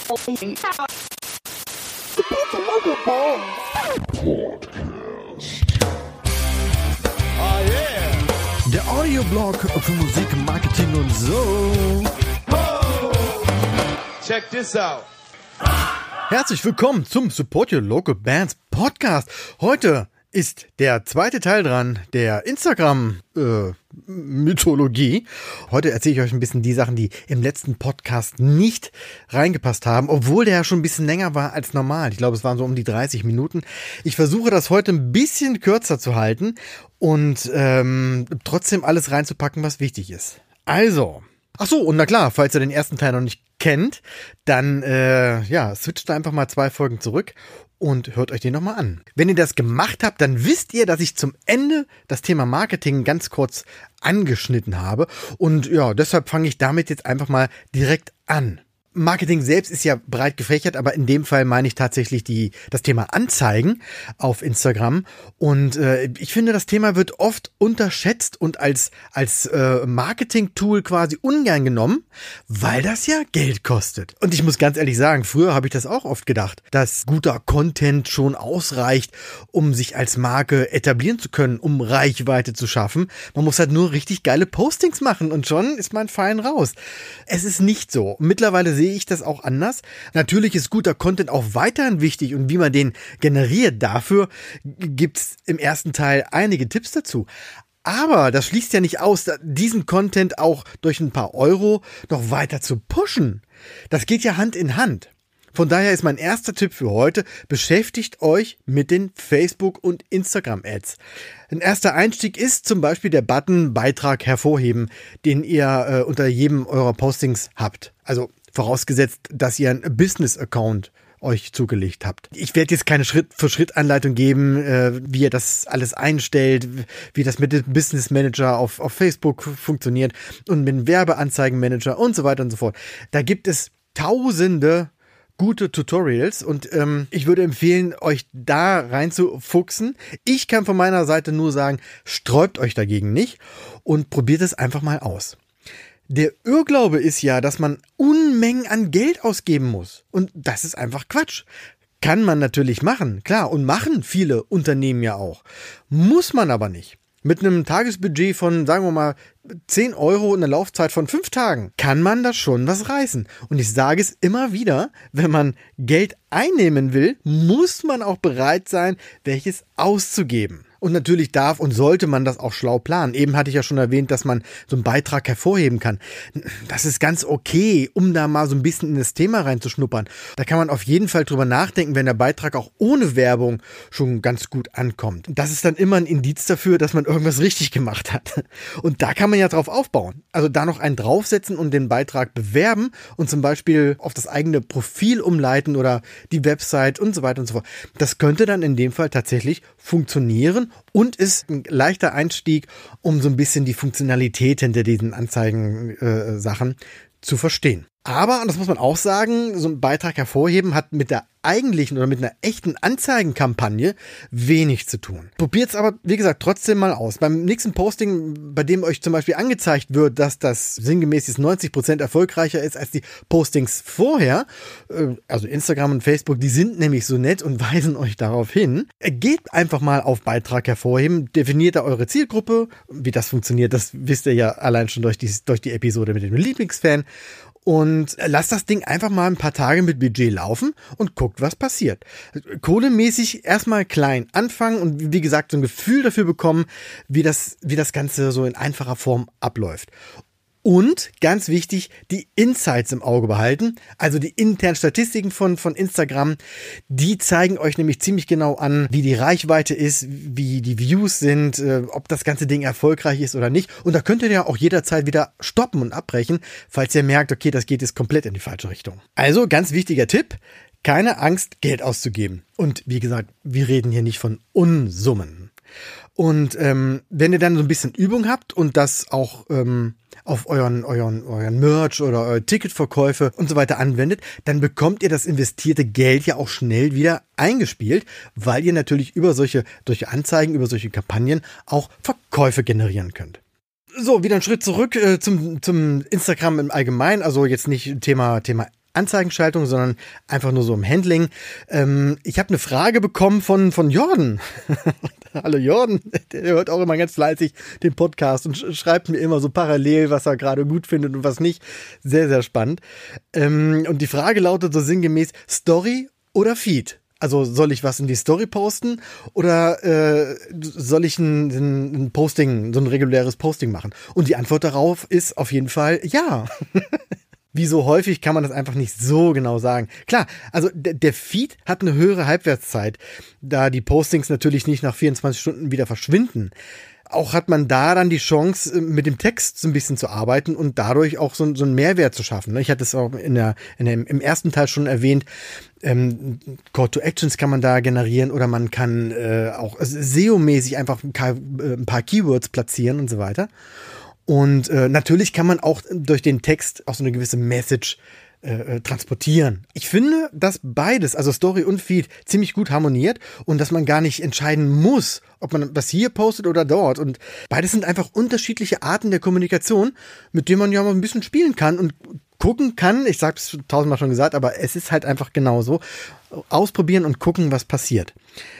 Der Audioblog für Musik, Marketing und so. Check this out. Herzlich willkommen zum Support Your Local Bands Podcast. Heute ist der zweite Teil dran, der Instagram-Mythologie. Heute erzähle ich euch ein bisschen die Sachen, die im letzten Podcast nicht reingepasst haben, obwohl der ja schon ein bisschen länger war als normal. Ich glaube, es waren so um die 30 Minuten. Ich versuche das heute ein bisschen kürzer zu halten und trotzdem alles reinzupacken, was wichtig ist. Also, ach so, und na klar, falls ihr den ersten Teil noch nicht kennt, dann switcht da einfach mal 2 Folgen zurück und hört euch den nochmal an. Wenn ihr das gemacht habt, dann wisst ihr, dass ich zum Ende das Thema Marketing ganz kurz angeschnitten habe. Und ja, deshalb fange ich damit jetzt einfach mal direkt an. Marketing selbst ist ja breit gefächert, aber in dem Fall meine ich tatsächlich das Thema Anzeigen auf Instagram. Und ich finde, das Thema wird oft unterschätzt und als Marketing-Tool quasi ungern genommen, weil das ja Geld kostet. Und ich muss ganz ehrlich sagen, früher habe ich das auch oft gedacht, dass guter Content schon ausreicht, um sich als Marke etablieren zu können, um Reichweite zu schaffen. Man muss halt nur richtig geile Postings machen und schon ist man fein raus. Es ist nicht so. Mittlerweile sehe ich das auch anders. Natürlich ist guter Content auch weiterhin wichtig und wie man den generiert, dafür gibt's im ersten Teil einige Tipps dazu. Aber das schließt ja nicht aus, diesen Content auch durch ein paar Euro noch weiter zu pushen. Das geht ja Hand in Hand. Von daher ist mein erster Tipp für heute, beschäftigt euch mit den Facebook- und Instagram-Ads. Ein erster Einstieg ist zum Beispiel der Button Beitrag hervorheben, den ihr unter jedem eurer Postings habt. Also vorausgesetzt, dass ihr einen Business-Account euch zugelegt habt. Ich werde jetzt keine Schritt-für-Schritt-Anleitung geben, wie ihr das alles einstellt, wie das mit dem Business Manager auf Facebook funktioniert und mit dem Werbeanzeigenmanager und so weiter und so fort. Da gibt es tausende gute Tutorials und ich würde empfehlen, euch da reinzufuchsen. Ich kann von meiner Seite nur sagen, sträubt euch dagegen nicht und probiert es einfach mal aus. Der Irrglaube ist ja, dass man Unmengen an Geld ausgeben muss. Und das ist einfach Quatsch. Kann man natürlich machen, klar. Und machen viele Unternehmen ja auch. Muss man aber nicht. Mit einem Tagesbudget von, sagen wir mal, 10 Euro und einer Laufzeit von 5 Tagen kann man da schon was reißen. Und ich sage es immer wieder, wenn man Geld einnehmen will, muss man auch bereit sein, welches auszugeben. Und natürlich darf und sollte man das auch schlau planen. Eben hatte ich ja schon erwähnt, dass man so einen Beitrag hervorheben kann. Das ist ganz okay, um da mal so ein bisschen in das Thema reinzuschnuppern. Da kann man auf jeden Fall drüber nachdenken, wenn der Beitrag auch ohne Werbung schon ganz gut ankommt. Das ist dann immer ein Indiz dafür, dass man irgendwas richtig gemacht hat. Und da kann man ja drauf aufbauen. Also da noch einen draufsetzen und den Beitrag bewerben und zum Beispiel auf das eigene Profil umleiten oder die Website und so weiter und so fort. Das könnte dann in dem Fall tatsächlich funktionieren und ist ein leichter Einstieg, um so ein bisschen die Funktionalität hinter diesen Anzeigen-Sachen zu verstehen. Aber, und das muss man auch sagen, so ein Beitrag hervorheben hat mit der eigentlichen oder mit einer echten Anzeigenkampagne wenig zu tun. Probiert es aber, wie gesagt, trotzdem mal aus. Beim nächsten Posting, bei dem euch zum Beispiel angezeigt wird, dass das sinngemäß jetzt 90% erfolgreicher ist als die Postings vorher, also Instagram und Facebook, die sind nämlich so nett und weisen euch darauf hin. Geht einfach mal auf Beitrag hervorheben, definiert da eure Zielgruppe. Wie das funktioniert, das wisst ihr ja allein schon durch die Episode mit dem Lieblingsfan. Und lasst das Ding einfach mal ein paar Tage mit Budget laufen und guckt, was passiert. Kohlemäßig erstmal klein anfangen und wie gesagt so ein Gefühl dafür bekommen, wie das Ganze so in einfacher Form abläuft. Und ganz wichtig, die Insights im Auge behalten, also die internen Statistiken von Instagram, die zeigen euch nämlich ziemlich genau an, wie die Reichweite ist, wie die Views sind, ob das ganze Ding erfolgreich ist oder nicht. Und da könnt ihr ja auch jederzeit wieder stoppen und abbrechen, falls ihr merkt, okay, das geht jetzt komplett in die falsche Richtung. Also ganz wichtiger Tipp, keine Angst, Geld auszugeben. Und wie gesagt, wir reden hier nicht von Unsummen. Und wenn ihr dann so ein bisschen Übung habt und das auch auf euren Merch oder eure Ticketverkäufe und so weiter anwendet, dann bekommt ihr das investierte Geld ja auch schnell wieder eingespielt, weil ihr natürlich durch Anzeigen, über solche Kampagnen auch Verkäufe generieren könnt. So, wieder einen Schritt zurück zum Instagram im Allgemeinen, also jetzt nicht Thema Anzeigenschaltung, sondern einfach nur so im Handling. Ich habe eine Frage bekommen von Jordan. Hallo Jordan, der hört auch immer ganz fleißig den Podcast und schreibt mir immer so parallel, was er gerade gut findet und was nicht. Sehr, sehr spannend. Und die Frage lautet so sinngemäß, Story oder Feed? Also soll ich was in die Story posten oder soll ich ein Posting, so ein reguläres Posting machen? Und die Antwort darauf ist auf jeden Fall ja. Wie so häufig kann man das einfach nicht so genau sagen. Klar, also der Feed hat eine höhere Halbwertszeit, da die Postings natürlich nicht nach 24 Stunden wieder verschwinden. Auch hat man da dann die Chance, mit dem Text so ein bisschen zu arbeiten und dadurch auch so einen Mehrwert zu schaffen. Ich hatte es auch im ersten Teil schon erwähnt, Call to Actions kann man da generieren oder man kann auch SEO-mäßig einfach ein paar Keywords platzieren und so weiter. Und natürlich kann man auch durch den Text auch so eine gewisse Message transportieren. Ich finde, dass beides, also Story und Feed, ziemlich gut harmoniert und dass man gar nicht entscheiden muss, ob man das hier postet oder dort. Und beides sind einfach unterschiedliche Arten der Kommunikation, mit denen man ja mal ein bisschen spielen kann und gucken kann. Ich habe es tausendmal schon gesagt, aber es ist halt einfach genauso. Ausprobieren und gucken, was passiert.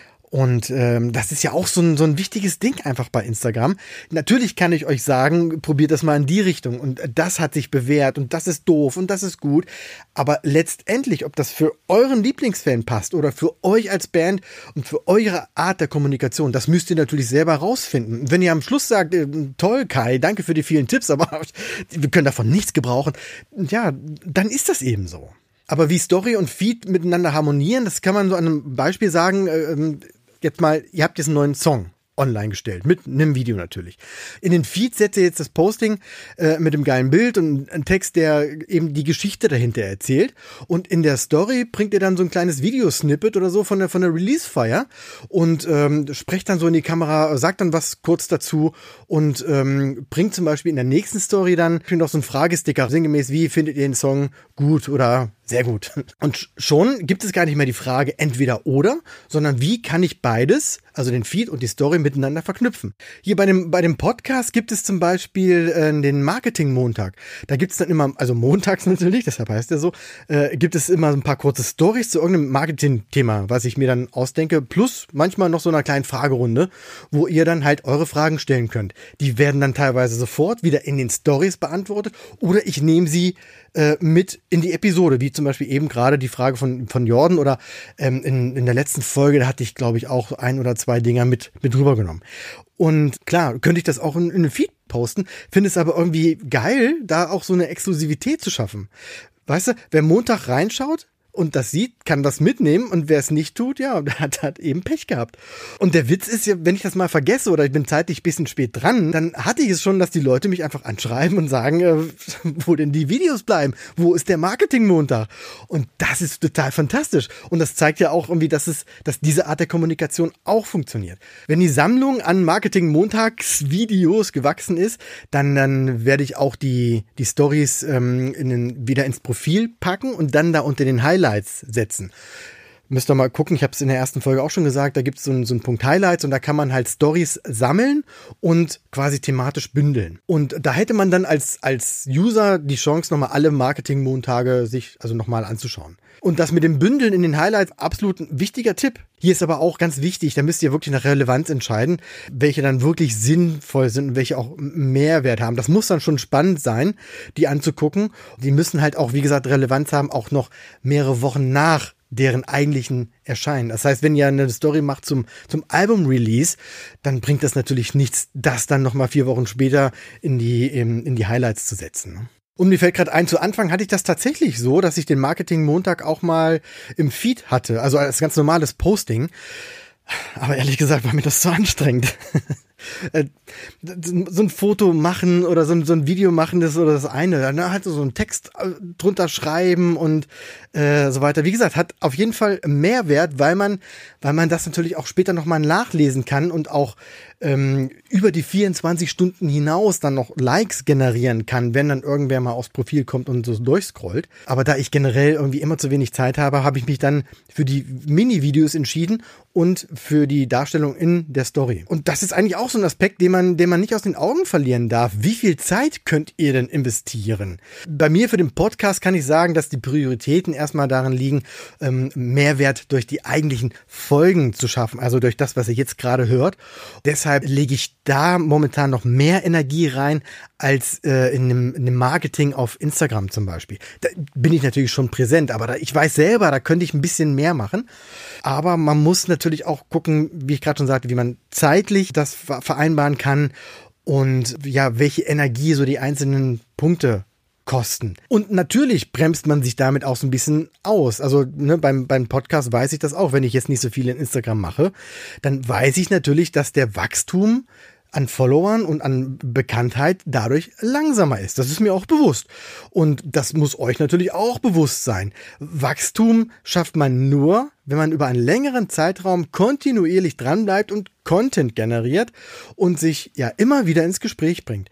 Und das ist ja auch so ein wichtiges Ding einfach bei Instagram. Natürlich kann ich euch sagen, probiert das mal in die Richtung und das hat sich bewährt und das ist doof und das ist gut. Aber letztendlich, ob das für euren Lieblingsfan passt oder für euch als Band und für eure Art der Kommunikation, das müsst ihr natürlich selber rausfinden. Wenn ihr am Schluss sagt, toll Kai, danke für die vielen Tipps, aber wir können davon nichts gebrauchen, ja, dann ist das eben so. Aber wie Story und Feed miteinander harmonieren, das kann man so an einem Beispiel sagen. Jetzt mal, ihr habt jetzt einen neuen Song online gestellt, mit einem Video natürlich. In den Feed setzt ihr jetzt das Posting mit dem geilen Bild und einen Text, der eben die Geschichte dahinter erzählt. Und in der Story bringt ihr dann so ein kleines Videosnippet oder so von der Release-Feier und sprecht dann so in die Kamera, sagt dann was kurz dazu und bringt zum Beispiel in der nächsten Story dann noch so einen Fragesticker, sinngemäß, wie findet ihr den Song gut oder sehr gut. Und schon gibt es gar nicht mehr die Frage entweder oder, sondern wie kann ich beides, also den Feed und die Story, miteinander verknüpfen. Hier bei dem Podcast gibt es zum Beispiel den Marketing-Montag. Da gibt es dann immer, also montags natürlich, deshalb heißt der so, gibt es immer ein paar kurze Stories zu irgendeinem Marketing-Thema, was ich mir dann ausdenke, plus manchmal noch so einer kleinen Fragerunde, wo ihr dann halt eure Fragen stellen könnt. Die werden dann teilweise sofort wieder in den Stories beantwortet oder ich nehme sie mit in die Episode, wie zum Beispiel eben gerade die Frage von Jordan oder in der letzten Folge, da hatte ich, glaube ich, auch ein oder zwei Dinger mit rübergenommen. Und klar, könnte ich das auch in den Feed posten, finde es aber irgendwie geil, da auch so eine Exklusivität zu schaffen. Weißt du, wer Montag reinschaut und das sieht, kann das mitnehmen und wer es nicht tut, ja, der hat eben Pech gehabt. Und der Witz ist ja, wenn ich das mal vergesse oder ich bin zeitlich ein bisschen spät dran, dann hatte ich es schon, dass die Leute mich einfach anschreiben und sagen, wo denn die Videos bleiben? Wo ist der Marketing-Montag? Und das ist total fantastisch. Und das zeigt ja auch irgendwie, dass diese Art der Kommunikation auch funktioniert. Wenn die Sammlung an Marketing-Montags-Videos gewachsen ist, dann werde ich auch die Stories wieder ins Profil packen und dann da unter den Highlights setzen. Müsst ihr mal gucken, ich habe es in der ersten Folge auch schon gesagt, da gibt es so einen Punkt Highlights und da kann man halt Stories sammeln und quasi thematisch bündeln. Und da hätte man dann als User die Chance, nochmal alle Marketing-Montage sich also nochmal anzuschauen. Und das mit dem Bündeln in den Highlights, absolut ein wichtiger Tipp. Hier ist aber auch ganz wichtig, da müsst ihr wirklich nach Relevanz entscheiden, welche dann wirklich sinnvoll sind und welche auch Mehrwert haben. Das muss dann schon spannend sein, die anzugucken. Die müssen halt auch, wie gesagt, Relevanz haben, auch noch mehrere Wochen nach deren eigentlichen Erscheinen. Das heißt, wenn ihr eine Story macht zum Album-Release, dann bringt das natürlich nichts, das dann nochmal 4 Wochen später in die Highlights zu setzen. Und mir fällt gerade ein, zu Anfang hatte ich das tatsächlich so, dass ich den Marketing-Montag auch mal im Feed hatte, also als ganz normales Posting. Aber ehrlich gesagt war mir das zu anstrengend. So ein Foto machen oder so ein Video machen, das oder das eine. Dann halt so einen Text drunter schreiben und so weiter. Wie gesagt, hat auf jeden Fall Mehrwert, weil man das natürlich auch später nochmal nachlesen kann und auch über die 24 Stunden hinaus dann noch Likes generieren kann, wenn dann irgendwer mal aufs Profil kommt und so durchscrollt. Aber da ich generell irgendwie immer zu wenig Zeit habe, habe ich mich dann für die Mini-Videos entschieden und für die Darstellung in der Story. Und das ist eigentlich auch so ein Aspekt, den man nicht aus den Augen verlieren darf. Wie viel Zeit könnt ihr denn investieren? Bei mir für den Podcast kann ich sagen, dass die Prioritäten erstmal darin liegen, Mehrwert durch die eigentlichen Folgen zu schaffen, also durch das, was ihr jetzt gerade hört. Deshalb lege ich da momentan noch mehr Energie rein als in einem Marketing auf Instagram zum Beispiel. Da bin ich natürlich schon präsent, aber ich weiß selber, da könnte ich ein bisschen mehr machen. Aber man muss natürlich auch gucken, wie ich gerade schon sagte, wie man zeitlich das vereinbaren kann und ja, welche Energie so die einzelnen Punkte kosten. Und natürlich bremst man sich damit auch so ein bisschen aus. Also beim Podcast weiß ich das auch, wenn ich jetzt nicht so viel in Instagram mache, dann weiß ich natürlich, dass der Wachstum an Followern und an Bekanntheit dadurch langsamer ist. Das ist mir auch bewusst. Und das muss euch natürlich auch bewusst sein. Wachstum schafft man nur, wenn man über einen längeren Zeitraum kontinuierlich dranbleibt und Content generiert und sich ja immer wieder ins Gespräch bringt.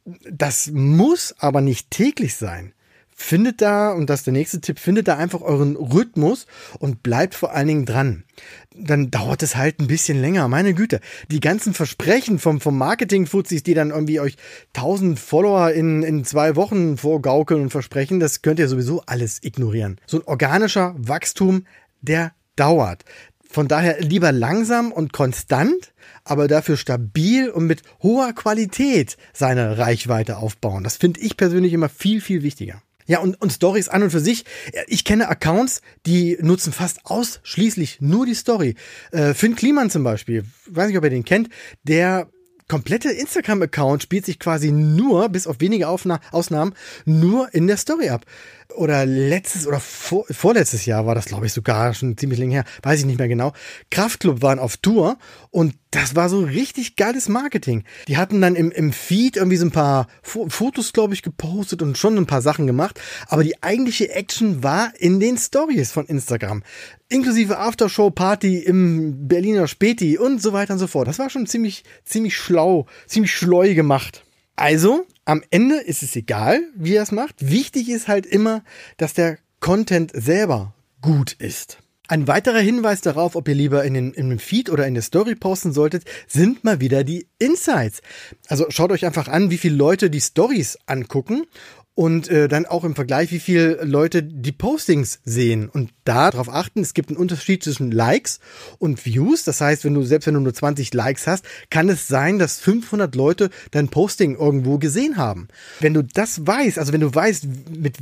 Das muss aber nicht täglich sein. Findet da, und das ist der nächste Tipp, findet da einfach euren Rhythmus und bleibt vor allen Dingen dran. Dann dauert es halt ein bisschen länger. Meine Güte, die ganzen Versprechen vom Marketing-Fuzis, die dann irgendwie euch 1000 Follower in 2 Wochen vorgaukeln und versprechen, das könnt ihr sowieso alles ignorieren. So ein organischer Wachstum, der dauert. Von daher lieber langsam und konstant, aber dafür stabil und mit hoher Qualität seine Reichweite aufbauen. Das finde ich persönlich immer viel, viel wichtiger. Ja, und Stories an und für sich. Ich kenne Accounts, die nutzen fast ausschließlich nur die Story. Finn Kliman zum Beispiel, weiß nicht, ob ihr den kennt, der komplette Instagram-Account spielt sich quasi nur, bis auf wenige Ausnahmen, nur in der Story ab. Oder letztes oder vorletztes Jahr war das, glaube ich, sogar schon ziemlich länger her, weiß ich nicht mehr genau. Kraftklub waren auf Tour und das war so richtig geiles Marketing. Die hatten dann im Feed irgendwie so ein paar Fotos, glaube ich, gepostet und schon ein paar Sachen gemacht, aber die eigentliche Action war in den Stories von Instagram. Inklusive Aftershow-Party im Berliner Späti und so weiter und so fort. Das war schon ziemlich schlau, ziemlich schleu gemacht. Also, am Ende ist es egal, wie er es macht. Wichtig ist halt immer, dass der Content selber gut ist. Ein weiterer Hinweis darauf, ob ihr lieber in den Feed oder in der Story posten solltet, sind mal wieder die Insights. Also schaut euch einfach an, wie viele Leute die Stories angucken und dann auch im Vergleich, wie viele Leute die Postings sehen. Und darauf achten, es gibt einen Unterschied zwischen Likes und Views. Das heißt, selbst wenn du nur 20 Likes hast, kann es sein, dass 500 Leute dein Posting irgendwo gesehen haben. Wenn du das weißt, also wenn du weißt, mit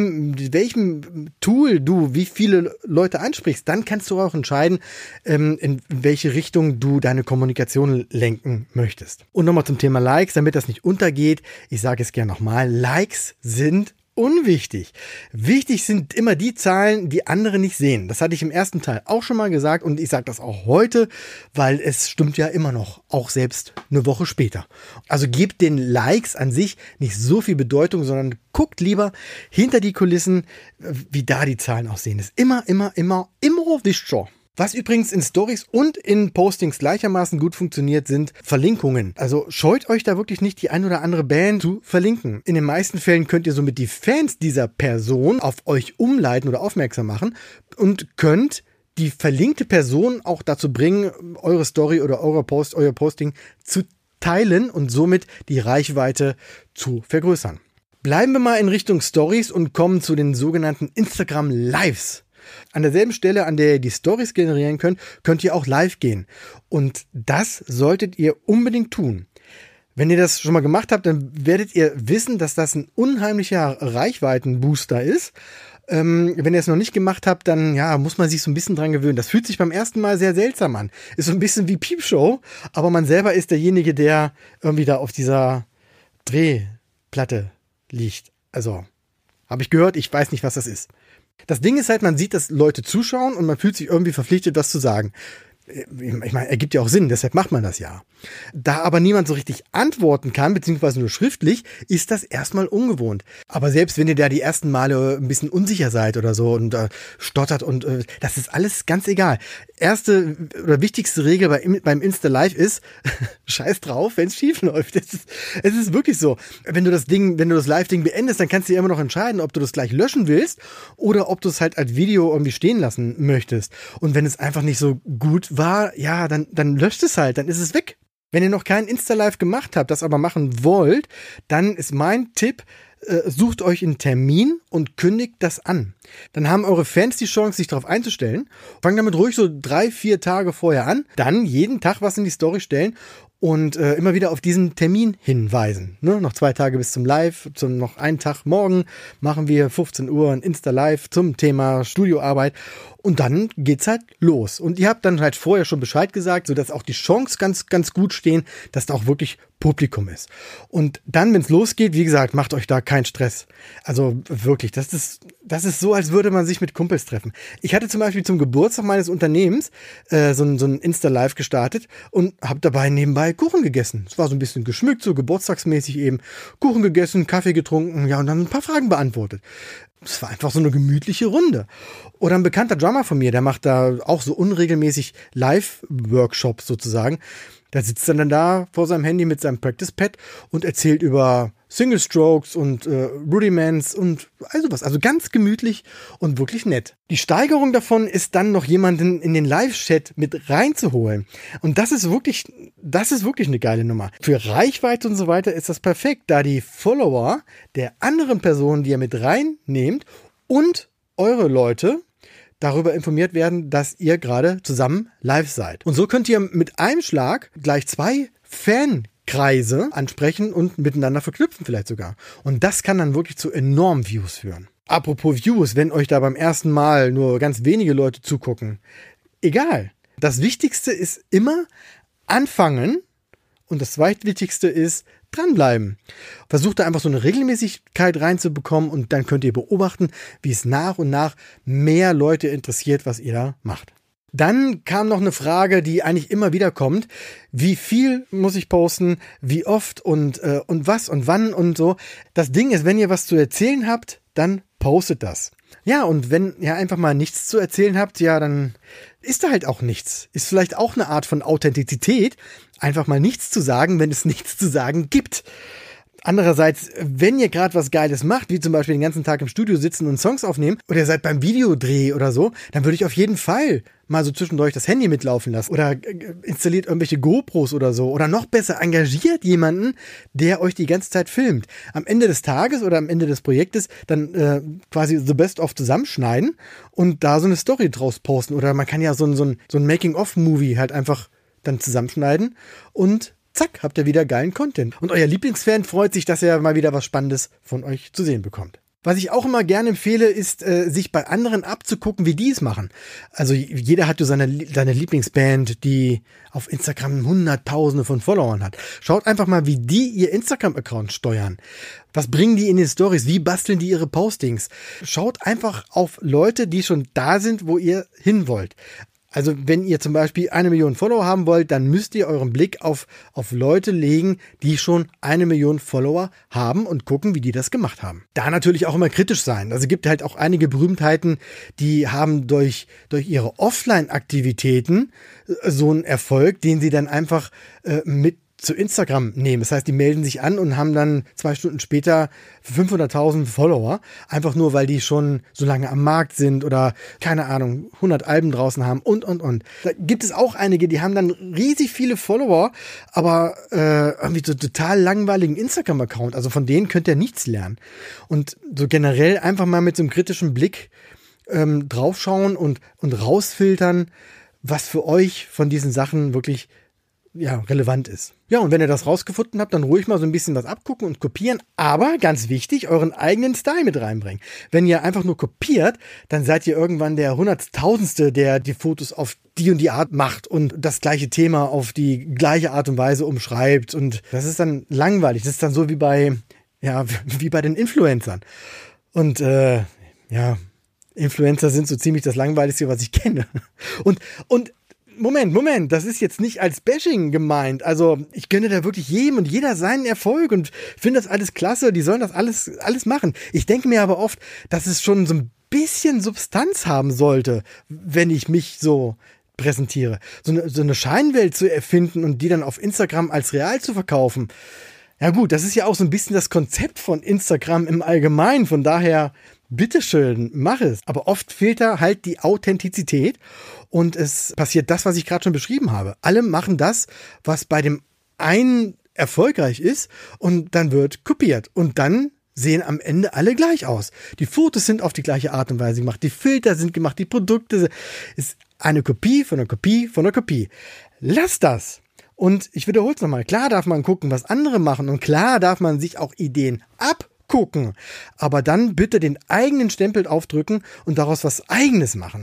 welchem Tool du wie viele Leute ansprichst, dann kannst du auch entscheiden, in welche Richtung du deine Kommunikation lenken möchtest. Und nochmal zum Thema Likes, damit das nicht untergeht. Ich sage es gerne nochmal, Likes sind unwichtig. Wichtig sind immer die Zahlen, die andere nicht sehen. Das hatte ich im ersten Teil auch schon mal gesagt und ich sage das auch heute, weil es stimmt ja immer noch, auch selbst eine Woche später. Also gebt den Likes an sich nicht so viel Bedeutung, sondern guckt lieber hinter die Kulissen, wie da die Zahlen aussehen. Das ist immer wichtiger. Was übrigens in Stories und in Postings gleichermaßen gut funktioniert, sind Verlinkungen. Also scheut euch da wirklich nicht, die ein oder andere Band zu verlinken. In den meisten Fällen könnt ihr somit die Fans dieser Person auf euch umleiten oder aufmerksam machen und könnt die verlinkte Person auch dazu bringen, eure Story oder euer Posting zu teilen und somit die Reichweite zu vergrößern. Bleiben wir mal in Richtung Stories und kommen zu den sogenannten Instagram Lives. An derselben Stelle, an der ihr die Stories generieren könnt ihr auch live gehen. Und das solltet ihr unbedingt tun. Wenn ihr das schon mal gemacht habt, dann werdet ihr wissen, dass das ein unheimlicher Reichweitenbooster ist. Wenn ihr es noch nicht gemacht habt, dann muss man sich so ein bisschen dran gewöhnen. Das fühlt sich beim ersten Mal sehr seltsam an. Ist so ein bisschen wie Piepshow, aber man selber ist derjenige, der irgendwie da auf dieser Drehplatte liegt. Also, habe ich gehört, ich weiß nicht, was das ist. Das Ding ist halt, man sieht, dass Leute zuschauen und man fühlt sich irgendwie verpflichtet, was zu sagen. Ich meine, ergibt ja auch Sinn, deshalb macht man das ja. Da aber niemand so richtig antworten kann, beziehungsweise nur schriftlich, ist das erstmal ungewohnt. Aber selbst wenn ihr da die ersten Male ein bisschen unsicher seid oder so und stottert und das ist alles ganz egal. Erste oder wichtigste Regel beim Insta-Live ist, scheiß drauf, wenn es schief läuft. Es ist wirklich so. Wenn du das Live-Ding beendest, dann kannst du dir immer noch entscheiden, ob du das gleich löschen willst oder ob du es halt als Video irgendwie stehen lassen möchtest. Und wenn es einfach nicht so gut war, ja, dann löscht es halt, dann ist es weg. Wenn ihr noch keinen Insta-Live gemacht habt, das aber machen wollt, dann ist mein Tipp, sucht euch einen Termin und kündigt das an. Dann haben eure Fans die Chance, sich darauf einzustellen. Fangt damit ruhig so 3-4 Tage vorher an. Dann jeden Tag was in die Story stellen und immer wieder auf diesen Termin hinweisen. Ne? Noch 2 Tage bis zum Live, noch einen Tag morgen machen wir 15 Uhr ein Insta-Live zum Thema Studioarbeit. Und dann geht's halt los. Und ihr habt dann halt vorher schon Bescheid gesagt, sodass auch die Chance ganz, ganz gut stehen, dass da auch wirklich Publikum ist. Und dann, wenn es losgeht, wie gesagt, macht euch da keinen Stress. Also wirklich, das ist so, als würde man sich mit Kumpels treffen. Ich hatte zum Beispiel zum Geburtstag meines Unternehmens so ein Insta-Live gestartet und habe dabei nebenbei Kuchen gegessen. Es war so ein bisschen geschmückt, so geburtstagsmäßig eben. Kuchen gegessen, Kaffee getrunken, ja, und dann ein paar Fragen beantwortet. Es war einfach so eine gemütliche Runde. Oder ein bekannter Drummer von mir, der macht da auch so unregelmäßig Live-Workshops sozusagen. Der sitzt dann da vor seinem Handy mit seinem Practice-Pad und erzählt über Single Strokes und Rudiments und also was. Also ganz gemütlich und wirklich nett. Die Steigerung davon ist dann noch jemanden in den Live-Chat mit reinzuholen. Und das ist wirklich eine geile Nummer. Für Reichweite und so weiter ist das perfekt, da die Follower der anderen Personen, die ihr mit reinnehmt und eure Leute darüber informiert werden, dass ihr gerade zusammen live seid. Und so könnt ihr mit einem Schlag gleich 2 Fankreise ansprechen und miteinander verknüpfen vielleicht sogar. Und das kann dann wirklich zu enormen Views führen. Apropos Views, wenn euch da beim ersten Mal nur ganz wenige Leute zugucken, egal. Das Wichtigste ist immer anfangen und das zweitwichtigste ist dranbleiben. Versucht da einfach so eine Regelmäßigkeit reinzubekommen und dann könnt ihr beobachten, wie es nach und nach mehr Leute interessiert, was ihr da macht. Dann kam noch eine Frage, die eigentlich immer wieder kommt. Wie viel muss ich posten? Wie oft und was und wann und so. Das Ding ist, wenn ihr was zu erzählen habt, dann postet das. Ja, und wenn ihr einfach mal nichts zu erzählen habt, ja, dann ist da halt auch nichts. Ist vielleicht auch eine Art von Authentizität, einfach mal nichts zu sagen, wenn es nichts zu sagen gibt. Andererseits, wenn ihr gerade was Geiles macht, wie zum Beispiel den ganzen Tag im Studio sitzen und Songs aufnehmen, oder ihr seid beim Videodreh oder so, dann würde ich auf jeden Fall mal so zwischendurch das Handy mitlaufen lassen. Oder installiert irgendwelche GoPros oder so. Oder noch besser, engagiert jemanden, der euch die ganze Zeit filmt. Am Ende des Tages oder am Ende des Projektes dann quasi the best of zusammenschneiden und da so eine Story draus posten. Oder man kann ja so ein Making-of-Movie halt einfach dann zusammenschneiden und zack, habt ihr wieder geilen Content. Und euer Lieblingsfan freut sich, dass er mal wieder was Spannendes von euch zu sehen bekommt. Was ich auch immer gerne empfehle, ist, sich bei anderen abzugucken, wie die es machen. Also jeder hat so seine Lieblingsband, die auf Instagram Hunderttausende von Followern hat. Schaut einfach mal, wie die ihr Instagram-Account steuern. Was bringen die in den Stories? Wie basteln die ihre Postings? Schaut einfach auf Leute, die schon da sind, wo ihr hin wollt. Also wenn ihr zum Beispiel 1 Million Follower haben wollt, dann müsst ihr euren Blick auf Leute legen, die schon 1 Million Follower haben und gucken, wie die das gemacht haben. Da natürlich auch immer kritisch sein. Also gibt halt auch einige Berühmtheiten, die haben durch ihre Offline-Aktivitäten so einen Erfolg, den sie dann einfach mit zu Instagram nehmen. Das heißt, die melden sich an und haben dann 2 Stunden später 500.000 Follower. Einfach nur, weil die schon so lange am Markt sind oder, keine Ahnung, 100 Alben draußen haben und. Da gibt es auch einige, die haben dann riesig viele Follower, aber irgendwie so total langweiligen Instagram-Account. Also von denen könnt ihr nichts lernen. Und so generell einfach mal mit so einem kritischen Blick draufschauen und rausfiltern, was für euch von diesen Sachen wirklich relevant ist. Ja, und wenn ihr das rausgefunden habt, dann ruhig mal so ein bisschen was abgucken und kopieren, aber ganz wichtig, euren eigenen Style mit reinbringen. Wenn ihr einfach nur kopiert, dann seid ihr irgendwann der 100.000ste, der die Fotos auf die und die Art macht und das gleiche Thema auf die gleiche Art und Weise umschreibt und das ist dann langweilig. Das ist dann so wie bei den Influencern. Und Influencer sind so ziemlich das Langweiligste, was ich kenne. Und Moment, das ist jetzt nicht als Bashing gemeint. Also ich gönne da wirklich jedem und jeder seinen Erfolg und finde das alles klasse, die sollen das alles machen. Ich denke mir aber oft, dass es schon so ein bisschen Substanz haben sollte, wenn ich mich so präsentiere. So eine Scheinwelt zu erfinden und die dann auf Instagram als real zu verkaufen. Ja gut, das ist ja auch so ein bisschen das Konzept von Instagram im Allgemeinen, von daher bitteschön, mach es. Aber oft fehlt da halt die Authentizität und es passiert das, was ich gerade schon beschrieben habe. Alle machen das, was bei dem einen erfolgreich ist und dann wird kopiert. Und dann sehen am Ende alle gleich aus. Die Fotos sind auf die gleiche Art und Weise gemacht, die Filter sind gemacht, die Produkte ist eine Kopie von einer Kopie von einer Kopie. Lass das! Und ich wiederhole es nochmal. Klar darf man gucken, was andere machen und klar darf man sich auch Ideen abgucken. Aber dann bitte den eigenen Stempel aufdrücken und daraus was Eigenes machen.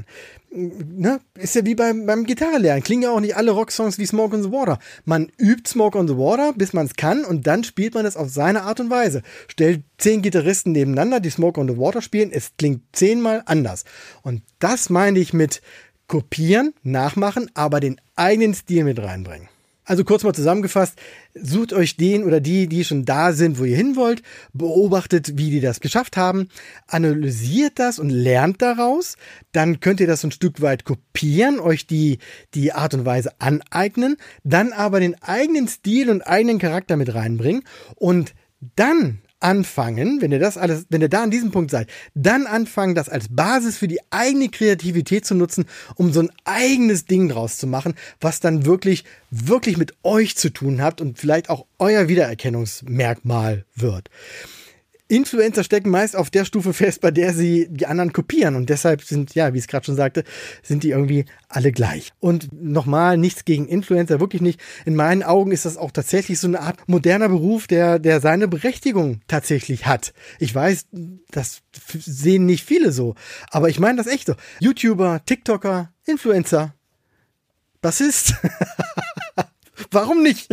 Ne? Ist ja wie beim Gitarrelernen. Klingen ja auch nicht alle Rocksongs wie Smoke on the Water. Man übt Smoke on the Water, bis man es kann und dann spielt man es auf seine Art und Weise. Stellt 10 Gitarristen nebeneinander, die Smoke on the Water spielen. Es klingt 10-mal anders. Und das meine ich mit kopieren, nachmachen, aber den eigenen Stil mit reinbringen. Also kurz mal zusammengefasst, sucht euch den oder die schon da sind, wo ihr hin wollt, beobachtet, wie die das geschafft haben, analysiert das und lernt daraus, dann könnt ihr das ein Stück weit kopieren, euch die Art und Weise aneignen, dann aber den eigenen Stil und eigenen Charakter mit reinbringen und dann anfangen, wenn ihr da an diesem Punkt seid, dann anfangen, das als Basis für die eigene Kreativität zu nutzen, um so ein eigenes Ding draus zu machen, was dann wirklich, wirklich mit euch zu tun hat und vielleicht auch euer Wiedererkennungsmerkmal wird. Influencer stecken meist auf der Stufe fest, bei der sie die anderen kopieren und deshalb sind, ja, wie ich es gerade schon sagte, sind die irgendwie alle gleich. Und nochmal, nichts gegen Influencer, wirklich nicht. In meinen Augen ist das auch tatsächlich so eine Art moderner Beruf, der seine Berechtigung tatsächlich hat. Ich weiß, das sehen nicht viele so, aber ich meine das echt so. YouTuber, TikToker, Influencer, Bassist, warum nicht?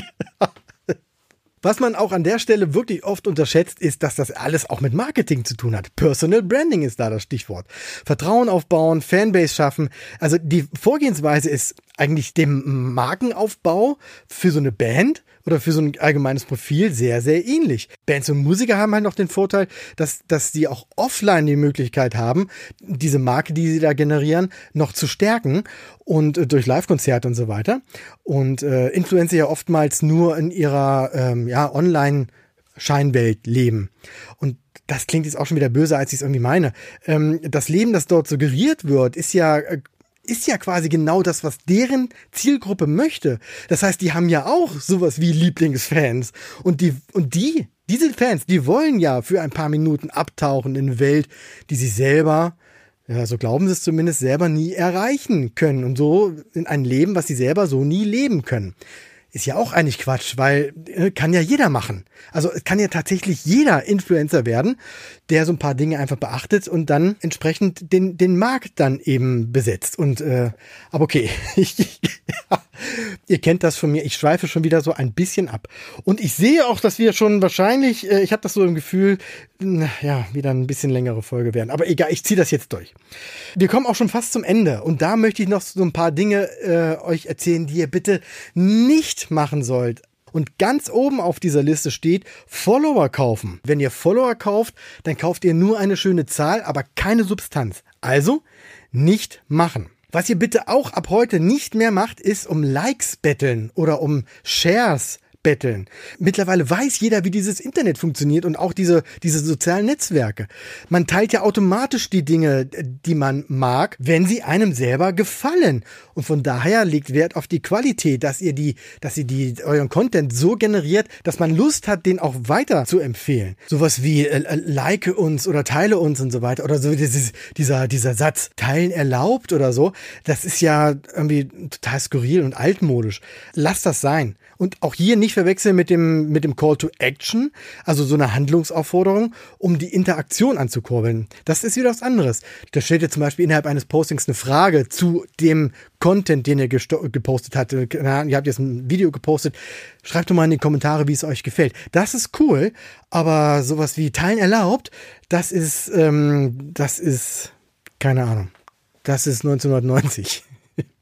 Was man auch an der Stelle wirklich oft unterschätzt, ist, dass das alles auch mit Marketing zu tun hat. Personal Branding ist da das Stichwort. Vertrauen aufbauen, Fanbase schaffen. Also die Vorgehensweise ist eigentlich dem Markenaufbau für so eine Band oder für so ein allgemeines Profil sehr, sehr ähnlich. Bands und Musiker haben halt noch den Vorteil, dass sie auch offline die Möglichkeit haben, diese Marke, die sie da generieren, noch zu stärken und durch Live-Konzerte und so weiter. Und Influencer ja oftmals nur in ihrer Online-Scheinwelt leben. Und das klingt jetzt auch schon wieder böse, als ich es irgendwie meine. Das Leben, das dort suggeriert wird, ist ja quasi genau das, was deren Zielgruppe möchte. Das heißt, die haben ja auch sowas wie Lieblingsfans. Und diese Fans, die wollen ja für ein paar Minuten abtauchen in eine Welt, die sie selber, ja, so glauben sie es zumindest, selber nie erreichen können. Und so in ein Leben, was sie selber so nie leben können. Ist ja auch eigentlich Quatsch, weil kann ja jeder machen. Also es kann ja tatsächlich jeder Influencer werden, der so ein paar Dinge einfach beachtet und dann entsprechend den Markt dann eben besetzt. Und aber okay, ihr kennt das von mir, ich schweife schon wieder so ein bisschen ab. Und ich sehe auch, dass wir schon wahrscheinlich, ich habe das so im Gefühl, wieder ein bisschen längere Folge werden. Aber egal, ich ziehe das jetzt durch. Wir kommen auch schon fast zum Ende und da möchte ich noch so ein paar Dinge euch erzählen, die ihr bitte nicht machen sollt. Und ganz oben auf dieser Liste steht Follower kaufen. Wenn ihr Follower kauft, dann kauft ihr nur eine schöne Zahl, aber keine Substanz. Also nicht machen. Was ihr bitte auch ab heute nicht mehr macht, ist um Likes betteln oder um Shares betteln. Mittlerweile weiß jeder, wie dieses Internet funktioniert und auch diese sozialen Netzwerke. Man teilt ja automatisch die Dinge, die man mag, wenn sie einem selber gefallen. Und von daher legt Wert auf die Qualität, dass ihr euren Content so generiert, dass man Lust hat, den auch weiter zu empfehlen. Sowas wie like uns oder teile uns und so weiter. Oder so dieser Satz, teilen erlaubt oder so. Das ist ja irgendwie total skurril und altmodisch. Lasst das sein. Und auch hier nicht verwechseln mit dem Call to Action, also so eine Handlungsaufforderung, um die Interaktion anzukurbeln. Das ist wieder was anderes. Da stellt ihr zum Beispiel innerhalb eines Postings eine Frage zu dem Content, den ihr gepostet habt. Ihr habt jetzt ein Video gepostet. Schreibt doch mal in die Kommentare, wie es euch gefällt. Das ist cool, aber sowas wie Teilen erlaubt, das ist keine Ahnung. Das ist 1990.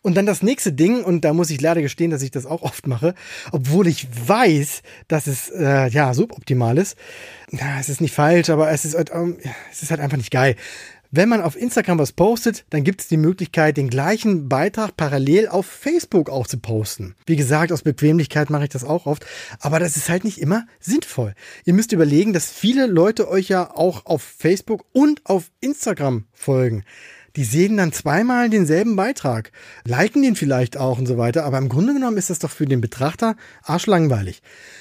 Und dann das nächste Ding, und da muss ich leider gestehen, dass ich das auch oft mache, obwohl ich weiß, dass es suboptimal ist. Ja, es ist nicht falsch, aber es ist halt einfach nicht geil. Wenn man auf Instagram was postet, dann gibt es die Möglichkeit, den gleichen Beitrag parallel auf Facebook auch zu posten. Wie gesagt, aus Bequemlichkeit mache ich das auch oft, aber das ist halt nicht immer sinnvoll. Ihr müsst überlegen, dass viele Leute euch ja auch auf Facebook und auf Instagram folgen. Die sehen dann zweimal denselben Beitrag, liken den vielleicht auch und so weiter, aber im Grunde genommen ist das doch für den Betrachter arschlangweilig.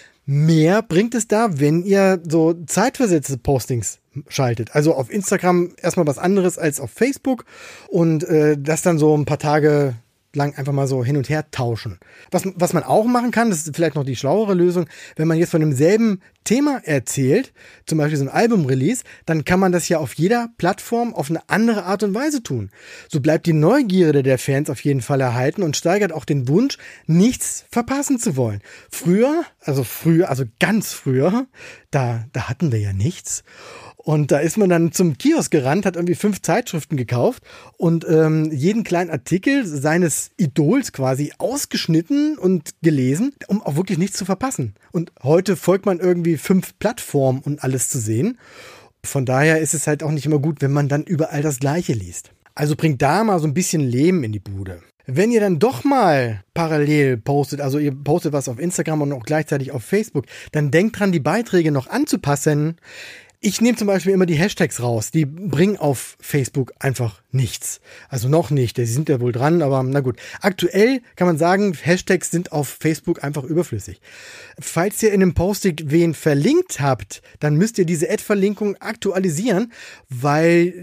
Mehr bringt es da, wenn ihr so zeitversetzte Postings schaltet. Also auf Instagram erstmal was anderes als auf Facebook und das dann so ein paar Tage lang einfach mal so hin und her tauschen. Was man auch machen kann, das ist vielleicht noch die schlauere Lösung, wenn man jetzt von demselben Thema erzählt, zum Beispiel so ein Album-Release, dann kann man das ja auf jeder Plattform auf eine andere Art und Weise tun. So bleibt die Neugierde der Fans auf jeden Fall erhalten und steigert auch den Wunsch, nichts verpassen zu wollen. Früher, also ganz früher, da hatten wir ja nichts. Und da ist man dann zum Kiosk gerannt, hat irgendwie 5 Zeitschriften gekauft und jeden kleinen Artikel seines Idols quasi ausgeschnitten und gelesen, um auch wirklich nichts zu verpassen. Und heute folgt man irgendwie 5 Plattformen, um alles zu sehen. Von daher ist es halt auch nicht immer gut, wenn man dann überall das Gleiche liest. Also bringt da mal so ein bisschen Leben in die Bude. Wenn ihr dann doch mal parallel postet, also ihr postet was auf Instagram und auch gleichzeitig auf Facebook, dann denkt dran, die Beiträge noch anzupassen. Ich nehme zum Beispiel immer die Hashtags raus. Die bringen auf Facebook einfach nichts. Also noch nicht. Die sind ja wohl dran, aber na gut. Aktuell kann man sagen, Hashtags sind auf Facebook einfach überflüssig. Falls ihr in einem Posting wen verlinkt habt, dann müsst ihr diese Ad-Verlinkung aktualisieren, weil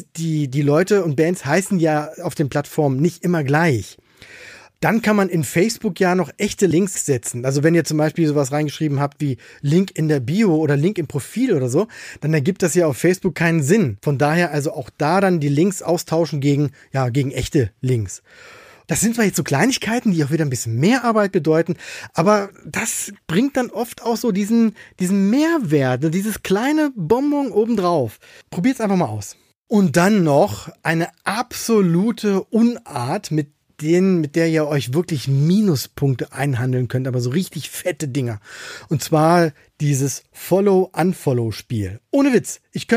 die Leute und Bands heißen ja auf den Plattformen nicht immer gleich. Dann kann man in Facebook ja noch echte Links setzen. Also wenn ihr zum Beispiel sowas reingeschrieben habt wie Link in der Bio oder Link im Profil oder so, dann ergibt das ja auf Facebook keinen Sinn. Von daher also auch da dann die Links austauschen gegen echte Links. Das sind zwar jetzt so Kleinigkeiten, die auch wieder ein bisschen mehr Arbeit bedeuten, aber das bringt dann oft auch so diesen Mehrwert, dieses kleine Bonbon obendrauf. Probiert's einfach mal aus. Und dann noch eine absolute Unart, mit der ihr euch wirklich Minuspunkte einhandeln könnt, aber so richtig fette Dinger. Und zwar dieses Follow-Unfollow-Spiel. Ohne Witz,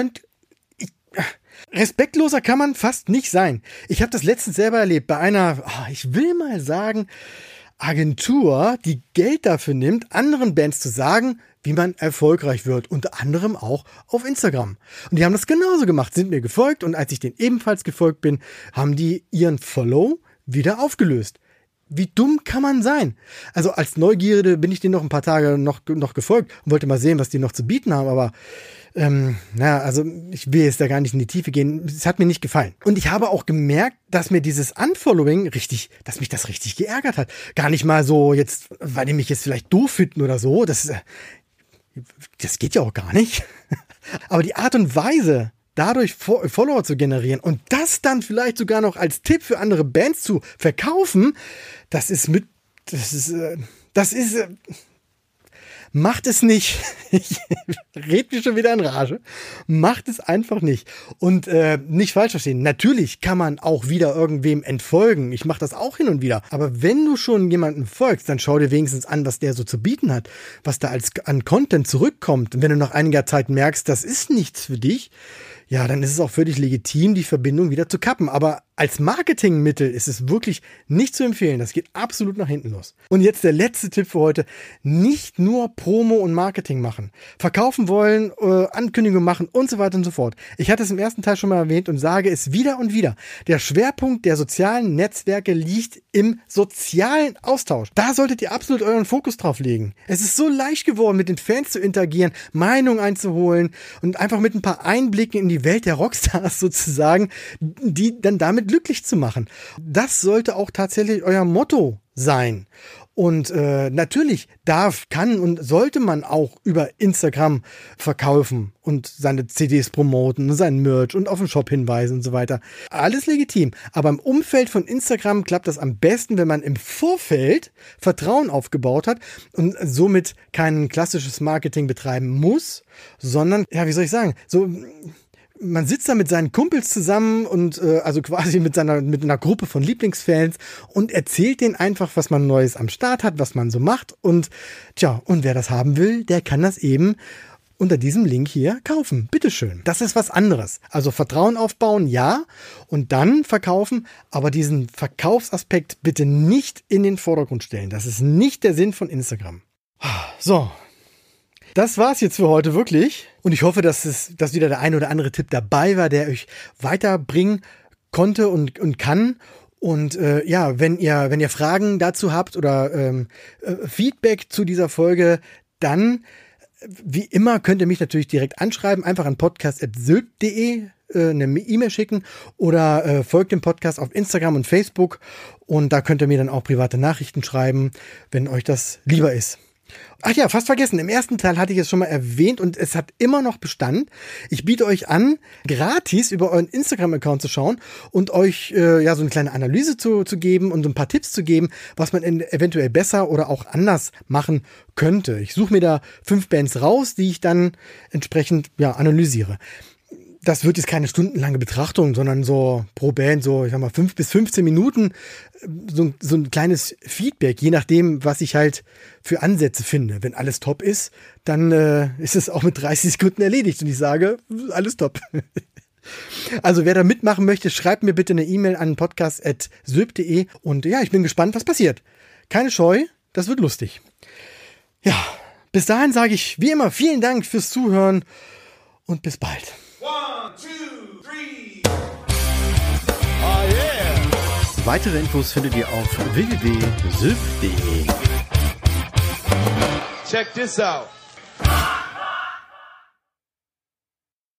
respektloser kann man fast nicht sein. Ich habe das letztens selber erlebt bei einer, ich will mal sagen, Agentur, die Geld dafür nimmt, anderen Bands zu sagen, wie man erfolgreich wird, unter anderem auch auf Instagram. Und die haben das genauso gemacht, sind mir gefolgt und als ich denen ebenfalls gefolgt bin, haben die ihren Follow wieder aufgelöst. Wie dumm kann man sein? Also als Neugierde bin ich denen noch ein paar Tage noch gefolgt und wollte mal sehen, was die noch zu bieten haben, aber also ich will jetzt da gar nicht in die Tiefe gehen. Es hat mir nicht gefallen. Und ich habe auch gemerkt, dass mir dieses Unfollowing dass mich das richtig geärgert hat. Gar nicht mal so jetzt, weil die mich jetzt vielleicht doof finden oder so. Das geht ja auch gar nicht. Aber die Art und Weise, dadurch Follower zu generieren und das dann vielleicht sogar noch als Tipp für andere Bands zu verkaufen, macht es nicht. Ich red mich schon wieder in Rage. Macht es einfach nicht. Und nicht falsch verstehen. Natürlich kann man auch wieder irgendwem entfolgen. Ich mache das auch hin und wieder. Aber wenn du schon jemanden folgst, dann schau dir wenigstens an, was der so zu bieten hat. Was da an Content zurückkommt. Und wenn du nach einiger Zeit merkst, das ist nichts für dich, ja, dann ist es auch völlig legitim, die Verbindung wieder zu kappen. Aber als Marketingmittel ist es wirklich nicht zu empfehlen. Das geht absolut nach hinten los. Und jetzt der letzte Tipp für heute. Nicht nur Promo und Marketing machen. Verkaufen wollen, Ankündigungen machen und so weiter und so fort. Ich hatte es im ersten Teil schon mal erwähnt und sage es wieder und wieder. Der Schwerpunkt der sozialen Netzwerke liegt im sozialen Austausch. Da solltet ihr absolut euren Fokus drauf legen. Es ist so leicht geworden, mit den Fans zu interagieren, Meinungen einzuholen und einfach mit ein paar Einblicken in die Welt der Rockstars sozusagen, die dann damit glücklich zu machen. Das sollte auch tatsächlich euer Motto sein. Und natürlich kann und sollte man auch über Instagram verkaufen und seine CDs promoten, seinen Merch und auf den Shop hinweisen und so weiter. Alles legitim. Aber im Umfeld von Instagram klappt das am besten, wenn man im Vorfeld Vertrauen aufgebaut hat und somit kein klassisches Marketing betreiben muss, sondern, ja, wie soll ich sagen, so man sitzt da mit seinen Kumpels zusammen und also quasi mit einer Gruppe von Lieblingsfans und erzählt denen einfach, was man Neues am Start hat, was man so macht. Und und wer das haben will, der kann das eben unter diesem Link hier kaufen. Bitteschön. Das ist was anderes. Also Vertrauen aufbauen, ja, und dann verkaufen, aber diesen Verkaufsaspekt bitte nicht in den Vordergrund stellen. Das ist nicht der Sinn von Instagram. So. Das war's jetzt für heute wirklich. Und ich hoffe, dass wieder der ein oder andere Tipp dabei war, der euch weiterbringen konnte und kann. Und wenn ihr Fragen dazu habt oder Feedback zu dieser Folge, dann wie immer könnt ihr mich natürlich direkt anschreiben, einfach an podcast@sylp.de eine E-Mail schicken oder folgt dem Podcast auf Instagram und Facebook und da könnt ihr mir dann auch private Nachrichten schreiben, wenn euch das lieber ist. Ach ja, fast vergessen, im ersten Teil hatte ich es schon mal erwähnt und es hat immer noch Bestand. Ich biete euch an, gratis über euren Instagram-Account zu schauen und euch so eine kleine Analyse zu geben und ein paar Tipps zu geben, was man eventuell besser oder auch anders machen könnte. Ich suche mir da 5 Bands raus, die ich dann entsprechend analysiere. Das wird jetzt keine stundenlange Betrachtung, sondern so pro Band so, ich sag mal, 5 bis 15 Minuten so ein kleines Feedback, je nachdem, was ich halt für Ansätze finde. Wenn alles top ist, dann ist es auch mit 30 Sekunden erledigt und ich sage, alles top. Also wer da mitmachen möchte, schreibt mir bitte eine E-Mail an podcast@sylp.de und ich bin gespannt, was passiert. Keine Scheu, das wird lustig. Ja, bis dahin sage ich wie immer vielen Dank fürs Zuhören und bis bald. 1, 2, 3. Oh yeah. Weitere Infos findet ihr auf www.sylp.de. Check this out.